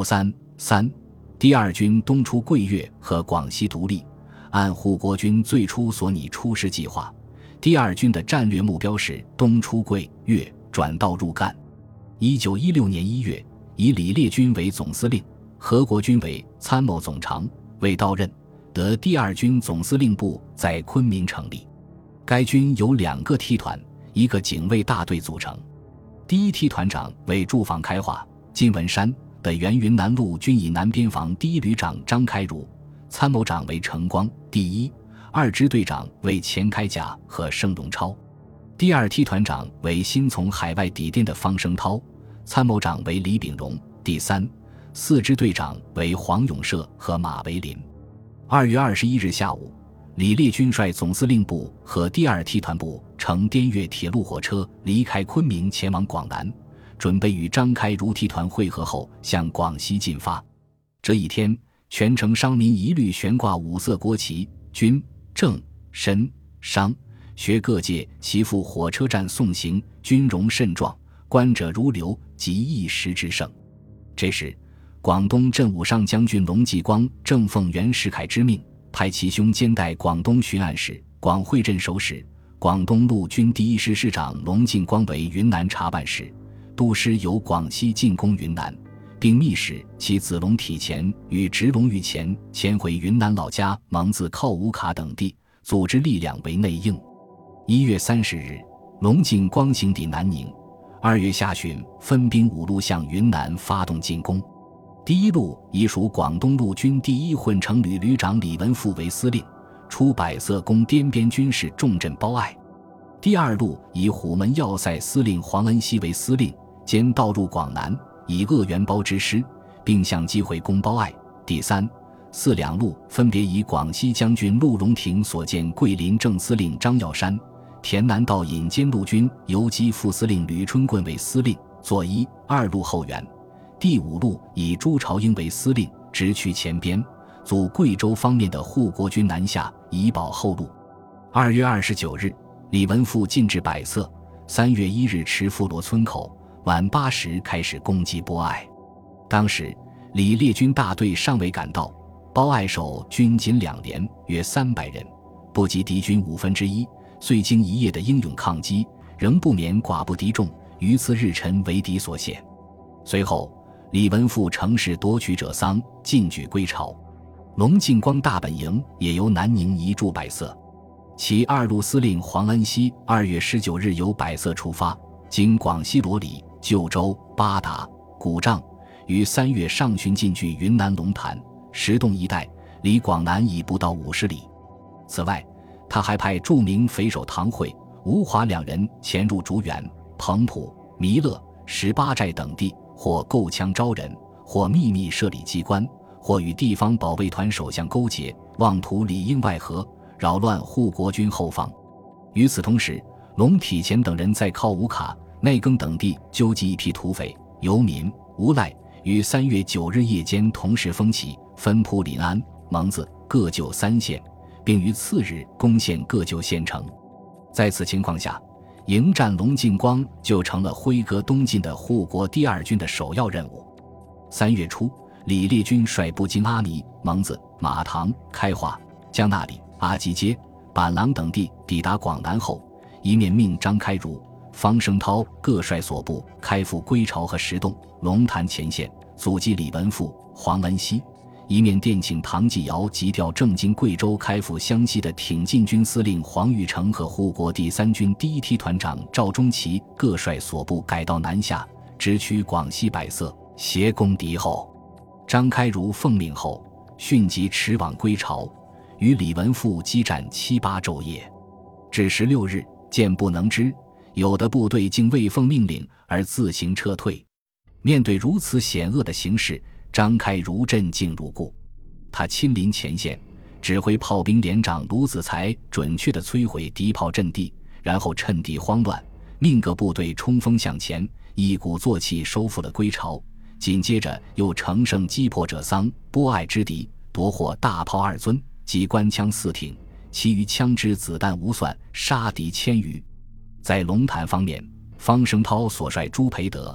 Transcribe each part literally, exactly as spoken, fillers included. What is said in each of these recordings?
三三第二军东出桂越和广西独立，按护国军最初所拟出师计划，第二军的战略目标是东出桂越，转道入赣。一九一六年一月，以李烈军为总司令，何国军为参谋总长，未到任，得第二军总司令部在昆明成立。该军由两个梯团，一个警卫大队组成。第一梯团长为驻防开化、金文山的原云南陆军以南边防第一旅长张开儒，参谋长为程光，第一、二支队长为钱开甲和盛荣超。第二梯团长为新从海外抵电的方声涛，参谋长为李炳荣，第三、四支队长为黄永社和马维林。二月二十一日下午，李烈军率总司令部和第二梯团部乘滇越铁路火车离开昆明前往广南，准备与张开儒梯团会合后向广西进发。这一天，全城商民一律悬挂五色国旗，军、政、绅、商、学各界齐赴火车站送行，军容甚壮，观者如流，极一时之盛。这时，广东镇武上将军龙继光正奉袁世凯之命，派其兄兼代广东巡按使、广惠镇守使、广东陆军第一师师长龙敬光为云南察办使，督师由广西进攻云南，并密使其子龙体前与侄龙玉前迁回云南老家蒙自靠乌卡等地，组织力量为内应。一月三十日，龙敬光行抵南宁，二月下旬分兵五路向云南发动进攻。第一路以属广东陆军第一混成旅旅长李文富为司令，出百色攻滇边军事重镇包爱。第二路以虎门要塞司令黄恩熙为司令，兼道入广南，以扼元包之师，并向击回攻包爱。第三、四两路分别以广西将军陆荣廷所建桂林正司令张耀山、田南道引监陆军游击副司令吕春棍为司令，作一、二路后援。第五路以朱朝英为司令，直趋前边，阻贵州方面的护国军南下，以保后路。二月二十九日，李文富进至百色，三月一日持富罗村口，晚八时开始攻击波爱。当时李烈军大队尚未赶到，包爱守军仅两连，约三百人，不及敌军五分之一，遂经一夜的英勇抗击，仍不免寡不敌众，于次日晨为敌所陷。随后李文富乘势夺取者桑，进举归巢。龙敬光大本营也由南宁移驻百色。其二路司令黄恩熙二月十九日由百色出发，经广西罗里、旧州、巴达、古丈，于三月上旬进据云南龙潭、石洞一带，离广南已不到五十里。此外，他还派著名匪首唐会、吴华两人潜入竹园、彭浦、弥勒、十八寨等地，或购枪招人，或秘密设立机关，或与地方保卫团首相勾结，妄图里应外合，扰乱护国军后方。与此同时，龙体前等人在靠乌卡、内更等地纠集一批土匪、游民、无赖，于三月九日夜间同时风起，分铺临安、蒙自各就三县，并于次日攻陷各就县城。在此情况下，迎战龙敬光就成了挥戈东进的护国第二军的首要任务。三月初，李烈军率部经阿弥、蒙自、马塘、开化、江那里、阿吉街、板廊等地抵达广南后，一面命张开儒、方声涛各率所部开赴归巢和石洞、龙潭前线，阻击李文富、黄恩熙，一面电请唐继尧急调正经贵州开赴湘西的挺进军司令黄玉成和护国第三军第一梯团长赵忠奇各率所部改道南下，直趋广西百色，协攻敌后。张开儒奉命后，迅即驰往归巢，与李文富激战七八昼夜。至十六日，见不能支，有的部队竟未奉命令而自行撤退。面对如此险恶的形势，张开儒镇静如故。他亲临前线，指挥炮兵连长卢子才准确地摧毁敌炮阵地，然后趁地慌乱，命各部队冲锋向前，一鼓作气收复了归巢。紧接着又乘胜击破者桑、波爱之敌，夺获大炮二尊及官枪四挺，其余枪支子弹无算，杀敌千余。在龙潭方面，方声涛所率朱培德、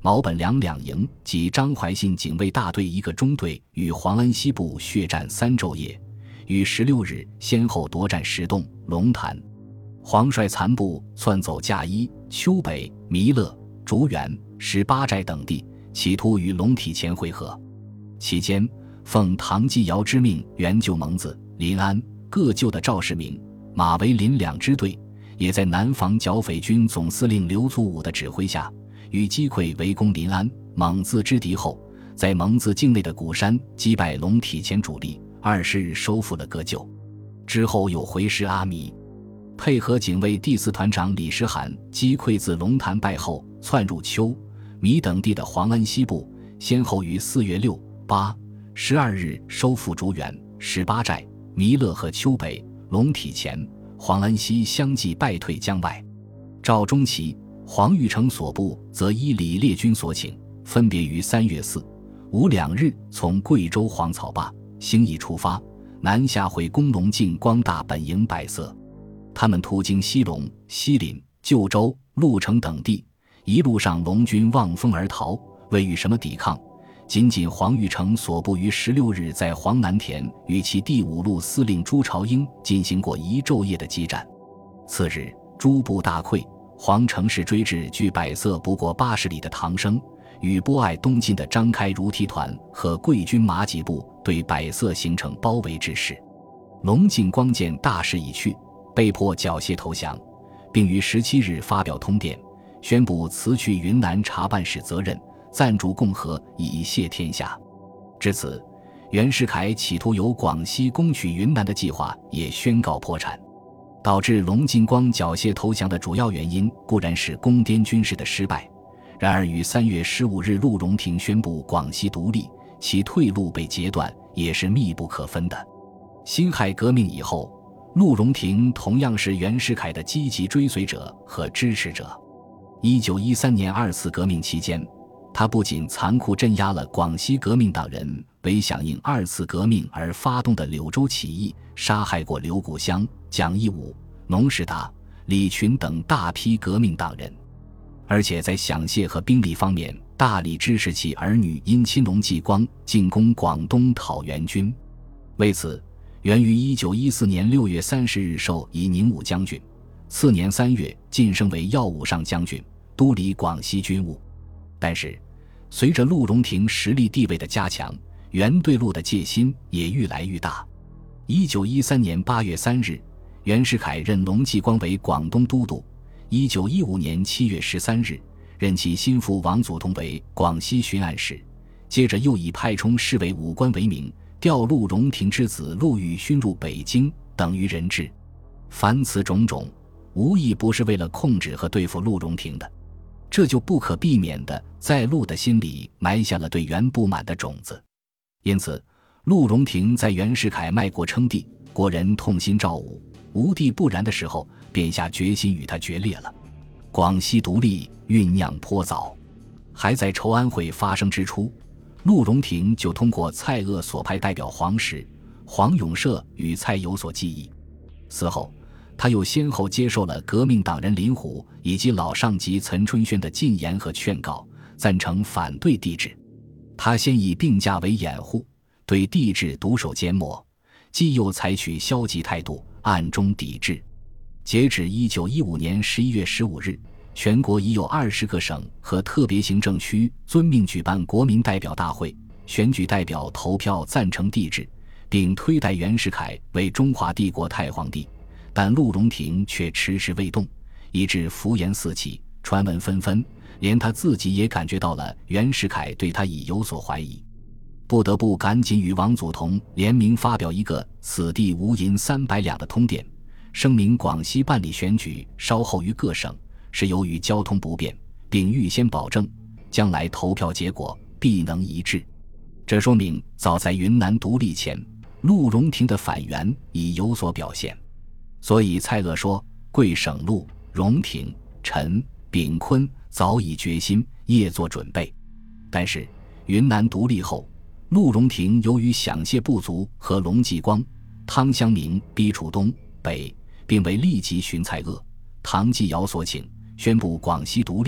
毛本良两营及张怀信警卫大队一个中队与黄恩西部血战三昼夜，于十六日先后夺占石洞、龙潭。黄率残部窜走嘉一、丘北、弥勒、竹园、十八寨等地，企图与龙体前会合。期间，奉唐继尧之命援救蒙自、临安各旧的赵世明、马维林两支队，也在南防剿匪军总司令刘祖武的指挥下，与击溃围攻临安、蒙自之敌后，在蒙自境内的鼓山击败龙体前主力，二十日收复了各旧。之后又回师阿弥，配合警卫第四团长李时涵击溃自龙潭败后窜入丘、弥等地的黄恩西部，先后于四月六、八、十二日收复竹园、十八寨、弥勒和丘北、龙体前、黄恩西相继败退江外。赵中奇、黄玉成所部则依李烈军所请，分别于三月四、五两日从贵州黄草坝、兴义出发，南下回攻龙晋光大本营百色。他们途经西隆、西岭、旧州、鹿城等地，一路上龙军望风而逃，未遇什么抵抗。仅仅黄玉成所部于十六日在黄南田与其第五路司令朱朝英进行过一昼夜的激战。次日，朱部大溃，黄城市追至距百色不过八十里的唐生，与波爱东进的张开如梯团和贵军马几部对百色形成包围之势。龙晋光见大势已去，被迫缴械投降，并于十七日发表通电，宣布辞去云南查办使责任，暂主共和，以谢天下。至此，袁世凯企图由广西攻取云南的计划也宣告破产。导致龙晋光缴械投降的主要原因固然是攻滇军事的失败，然而与三月十五日陆荣廷宣布广西独立，其退路被截断，也是密不可分的。辛亥革命以后，陆荣廷同样是袁世凯的积极追随者和支持者。一九一三年二次革命期间，他不仅残酷镇压了广西革命党人为响应二次革命而发动的柳州起义，杀害过刘谷湘、蒋义武、农士达、李群等大批革命党人，而且在饷械和兵力方面大力支持其儿女因亲龙继光进攻广东讨袁军。为此，原于一九一四年六月三十日授以宁武将军，次年三月晋升为耀武上将军，督理广西军务。但是随着陆荣廷实力地位的加强，袁对陆的戒心也愈来愈大。一九一三年八月三日，袁世凯任龙继光为广东都督。一九一五年七月十三日，任其心腹王祖通为广西巡按使。接着又以派充侍卫武官为名，调陆荣廷之子陆羽勋入北京，等于人质。凡此种种，无一不是为了控制和对付陆荣廷的。这就不可避免地在陆的心里埋下了对袁不满的种子。因此，陆荣廷在袁世凯卖国称帝，国人痛心赵武，无地不然的时候，便下决心与他决裂了。广西独立酝酿颇早，还在筹安会发生之初，陆荣廷就通过蔡锷所派代表黄石、黄永社与蔡有所记忆。此后，他又先后接受了革命党人林虎以及老上级岑春轩的进言和劝告，赞成反对帝制。他先以病假为掩护，对帝制独守缄默，既又采取消极态度，暗中抵制。截止一九一五年十一月十五日，全国已有二十个省和特别行政区遵命举办国民代表大会，选举代表投票赞成帝制，并推戴袁世凯为中华帝国太皇帝。但陆荣廷却迟迟未动，以致浮言四起，传闻纷纷，连他自己也感觉到了袁世凯对他已有所怀疑，不得不赶紧与王祖同联名发表一个此地无银三百两的通电，声明广西办理选举稍后于各省，是由于交通不便，并预先保证将来投票结果必能一致。这说明早在云南独立前，陆荣廷的反袁已有所表现。所以蔡锷说，贵省陆、荣廷、陈、秉坤早已决心，夜做准备。但是云南独立后，陆荣廷由于饷械不足和龙继光、汤湘明逼楚东北，并未立即寻蔡锷、唐继尧所请，宣布广西独立，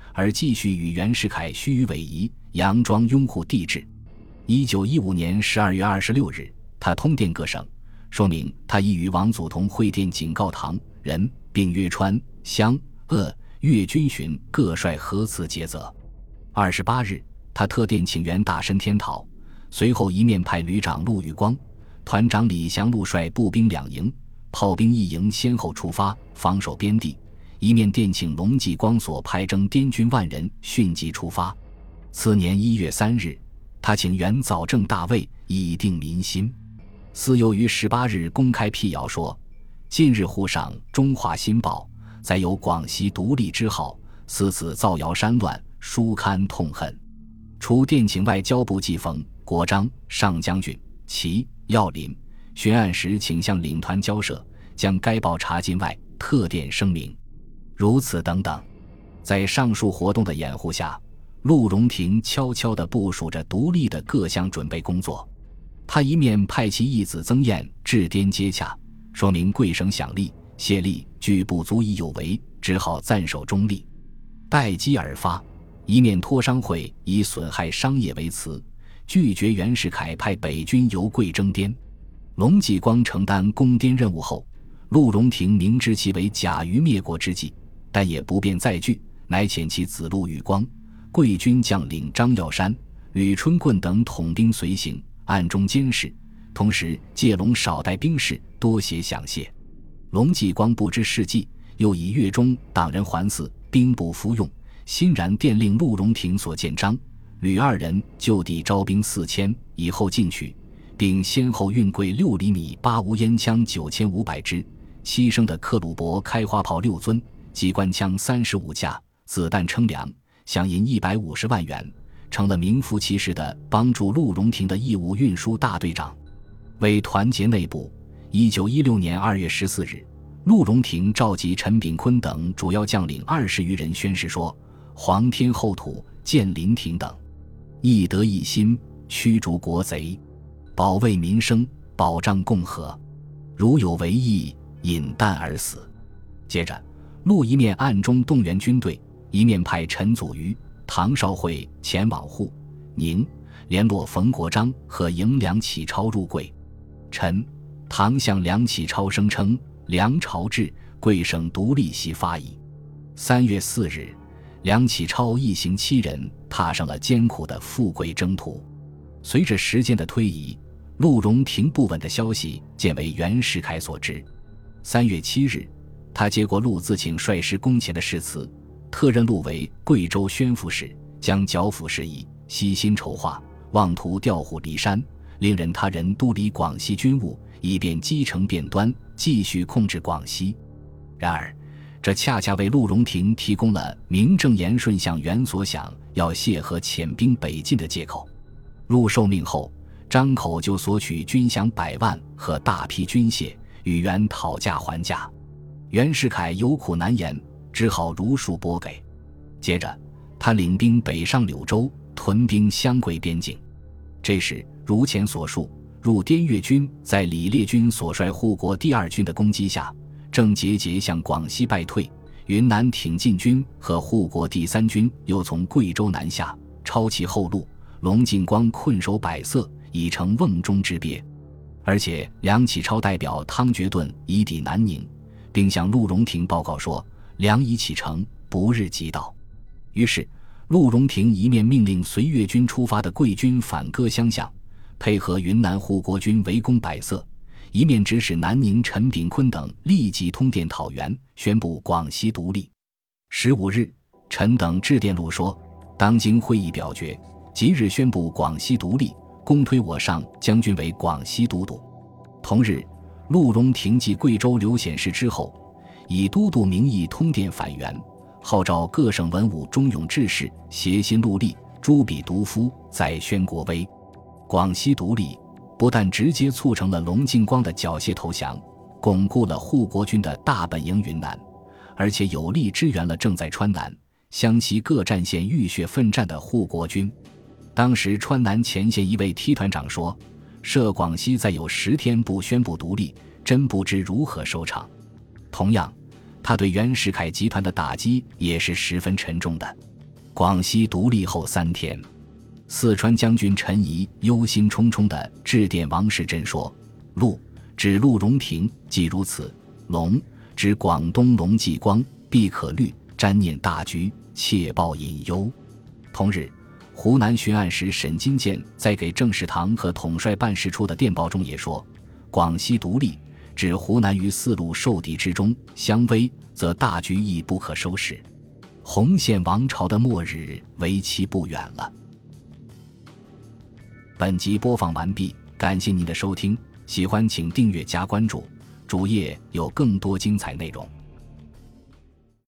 而继续与袁世凯虚与委蛇，佯装拥护帝制。一九一五年十二月二十六日，他通电各省，说明他已与王祖同会电警告唐人，并约川、湘、鄂、粤军巡各率核磁竭泽。二十八日，他特电请袁大深天讨，随后一面派旅长陆玉光、团长李祥禄率步兵两营、炮兵一营先后出发防守边地，一面电请龙继光所派征滇军万人迅即出发。次年一月三日，他请袁早正大位，以定民心。司又于十八日公开辟谣说，近日沪上《中华新报》载有广西独立之号，私此造谣煽乱，书刊痛恨。除电请外交部季冯、国璋、上将军、齐、耀林巡案时请向领团交涉，将该报查禁外，特电声明。如此等等，在上述活动的掩护下，陆荣廷悄悄地部署着独立的各项准备工作。他一面派其义子曾彦致滇接洽，说明贵省饷力、谢力据不足以有为，只好暂守中立，待机而发；一面托商会以损害商业为辞，拒绝袁世凯派北军由贵征滇。龙继光承担攻滇任务后，陆荣廷明知其为假于灭国之计，但也不便再拒，乃遣其子陆玉光、贵军将领张耀山、吕春棍等统兵随行，暗中监视，同时借龙少带兵士，多写响谢。龙继光不知事迹，又以粤中党人还祀，兵不敷用，欣然电令陆荣廷所见张、吕二人就地招兵四千，以后进取，并先后运贵六厘米八无烟枪九千五百支，七升的克虏伯开花炮六尊，机关枪三十五架，子弹称量，饷银一百五十万元，成了名副其实的帮助陆荣廷的义务运输大队长。为团结内部，一九一六年二月十四日，陆荣廷召集陈炳坤等主要将领二十余人宣誓说：皇天厚土，建林廷等，一德一心，驱逐国贼，保卫民生，保障共和，如有违意，饮弹而死。接着，陆一面暗中动员军队，一面派陈祖瑜、唐绍慧前往沪、宁，联络冯国璋和迎梁启超入贵。陈、唐向梁启超声称，梁朝至，贵省独立悉发矣。三月四日，梁启超一行七人踏上了艰苦的富贵征途。随着时间的推移，陆荣廷不稳的消息渐为袁世凯所知。三月七日，他接过陆自请率师攻前的誓词，特任陆为贵州宣抚使，将剿抚事宜悉心筹划，妄图调虎离山，令人他人督理广西军务，以便积成变端，继续控制广西。然而这恰恰为陆荣廷提供了名正言顺向袁所想要谢和遣兵北进的借口。陆受命后，张口就索取军饷百万和大批军械，与袁讨价还价。袁世凯有苦难言，只好如数拨给。接着他领兵北上柳州，屯兵湘桂边境。这时如前所述，入滇越军在李烈军所率护国第二军的攻击下，正节节向广西败退。云南挺进军和护国第三军又从贵州南下，抄其后路，龙继光困守百色，已成瓮中之鳖。而且梁启超代表汤觉顿已抵南宁，并向陆荣廷报告说，梁已启程，不日即到。于是陆荣廷一面命令随越军出发的贵军反戈相向，配合云南护国军围攻百色，一面指使南宁陈炳坤等立即通电讨袁，宣布广西独立。十五日，陈等致电陆说，当经会议表决，即日宣布广西独立，公推我上将军为广西都督。同日，陆荣廷继贵州刘显世之后，以都督名义通电反袁，号召各省文武忠勇志士协心戮力，诛彼毒夫，再宣国威。广西独立不但直接促成了龙继光的缴械投降，巩固了护国军的大本营云南，而且有力支援了正在川南、湘西各战线浴血奋战的护国军。当时川南前线一位梯团长说，涉广西再有十天不宣布独立，真不知如何收场。同样，他对袁世凯集团的打击也是十分沉重的。 广西独立后三天，四川将军陈仪忧心忡忡地致电王士祯说：陆指陆荣廷既如此，龙指广东龙继光必可虑，瞻念大局，切抱隐忧。同日，湖南巡按使沈金健在给郑士棠和统帅办事处的电报中也说：广西独立指湖南于四路受敌之中，相危则大局亦不可收拾，洪宪王朝的末日为期不远了。本集播放完毕，感谢您的收听，喜欢请订阅加关注，主页有更多精彩内容。